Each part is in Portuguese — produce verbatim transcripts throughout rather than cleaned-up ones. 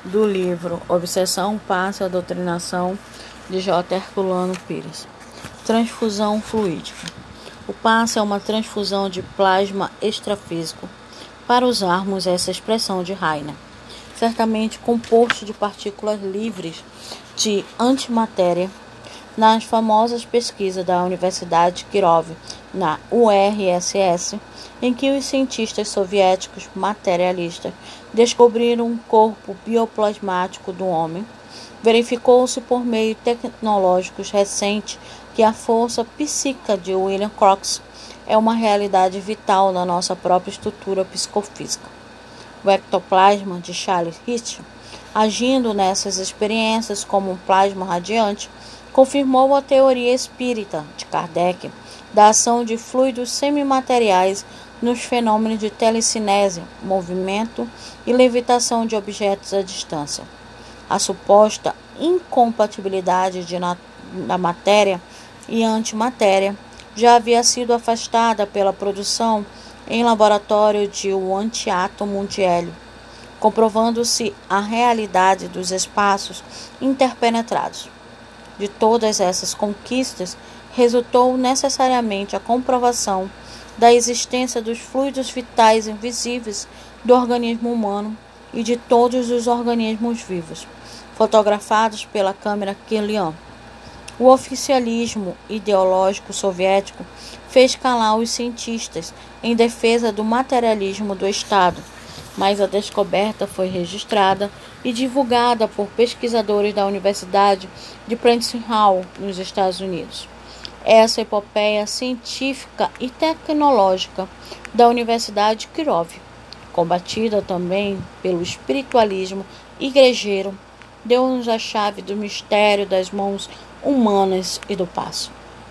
do livro Obsessão, Passe e a Doutrinação, de J. Herculano Pires. Transfusão fluídica. O passe é uma transfusão de plasma extrafísico, para usarmos essa expressão de Heine, certamente composto de partículas livres de antimatéria. Nas famosas pesquisas da Universidade Kirov, na U R S S, em que os cientistas soviéticos materialistas descobriram um corpo bioplasmático do homem, verificou-se por meio tecnológicos recentes que a força psíquica de William Crookes é uma realidade vital na nossa própria estrutura psicofísica. O ectoplasma de Charles Hitch, agindo nessas experiências como um plasma radiante, confirmou a teoria espírita de Kardec da ação de fluidos semimateriais nos fenômenos de telecinese, movimento e levitação de objetos à distância. A suposta incompatibilidade de na, da matéria e antimatéria já havia sido afastada pela produção em laboratório de um antiátomo de hélio, comprovando-se a realidade dos espaços interpenetrados. De todas essas conquistas, resultou necessariamente a comprovação da existência dos fluidos vitais invisíveis do organismo humano e de todos os organismos vivos, fotografados pela câmera Kirlian. O oficialismo ideológico soviético fez calar os cientistas em defesa do materialismo do Estado, mas a descoberta foi registrada e divulgada por pesquisadores da Universidade de Princeton, nos Estados Unidos. Essa epopeia científica e tecnológica da Universidade Kirov, combatida também pelo espiritualismo igrejeiro, deu-nos a chave do mistério das mãos humanas e do passo.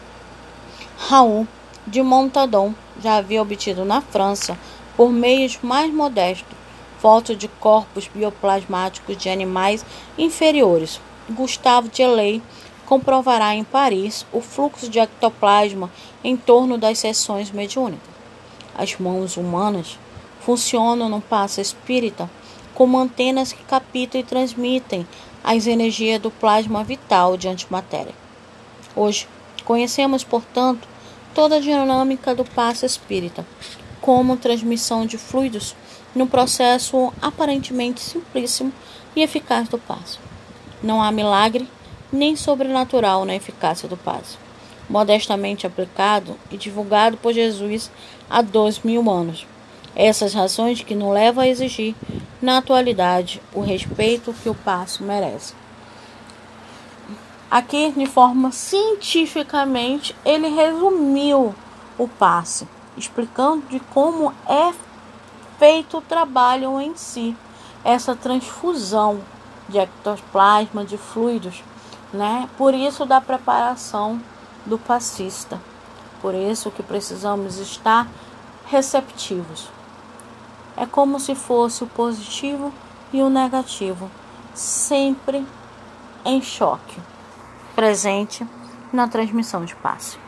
Raoult de Montandon já havia obtido na França, por meios mais modestos, fotos de corpos bioplasmáticos de animais inferiores. Gustave Delay comprovará em Paris o fluxo de ectoplasma em torno das sessões mediúnicas. As mãos humanas funcionam no passe espírita como antenas que captam e transmitem as energias do plasma vital de antimatéria. Hoje, conhecemos, portanto, toda a dinâmica do passe espírita, como transmissão de fluidos no processo aparentemente simplíssimo e eficaz do passe. Não há milagre nem sobrenatural na eficácia do passe, modestamente aplicado e divulgado por Jesus há dois mil anos. Essas razões que nos levam a exigir, na atualidade, o respeito que o passe merece. Aqui, de forma cientificamente, ele resumiu o passe, explicando de como é feito o trabalho em si, essa transfusão de ectoplasma, de fluidos, né? Por isso da preparação do passista, por isso que precisamos estar receptivos. É como se fosse o positivo e o negativo, sempre em choque, presente na transmissão de passe.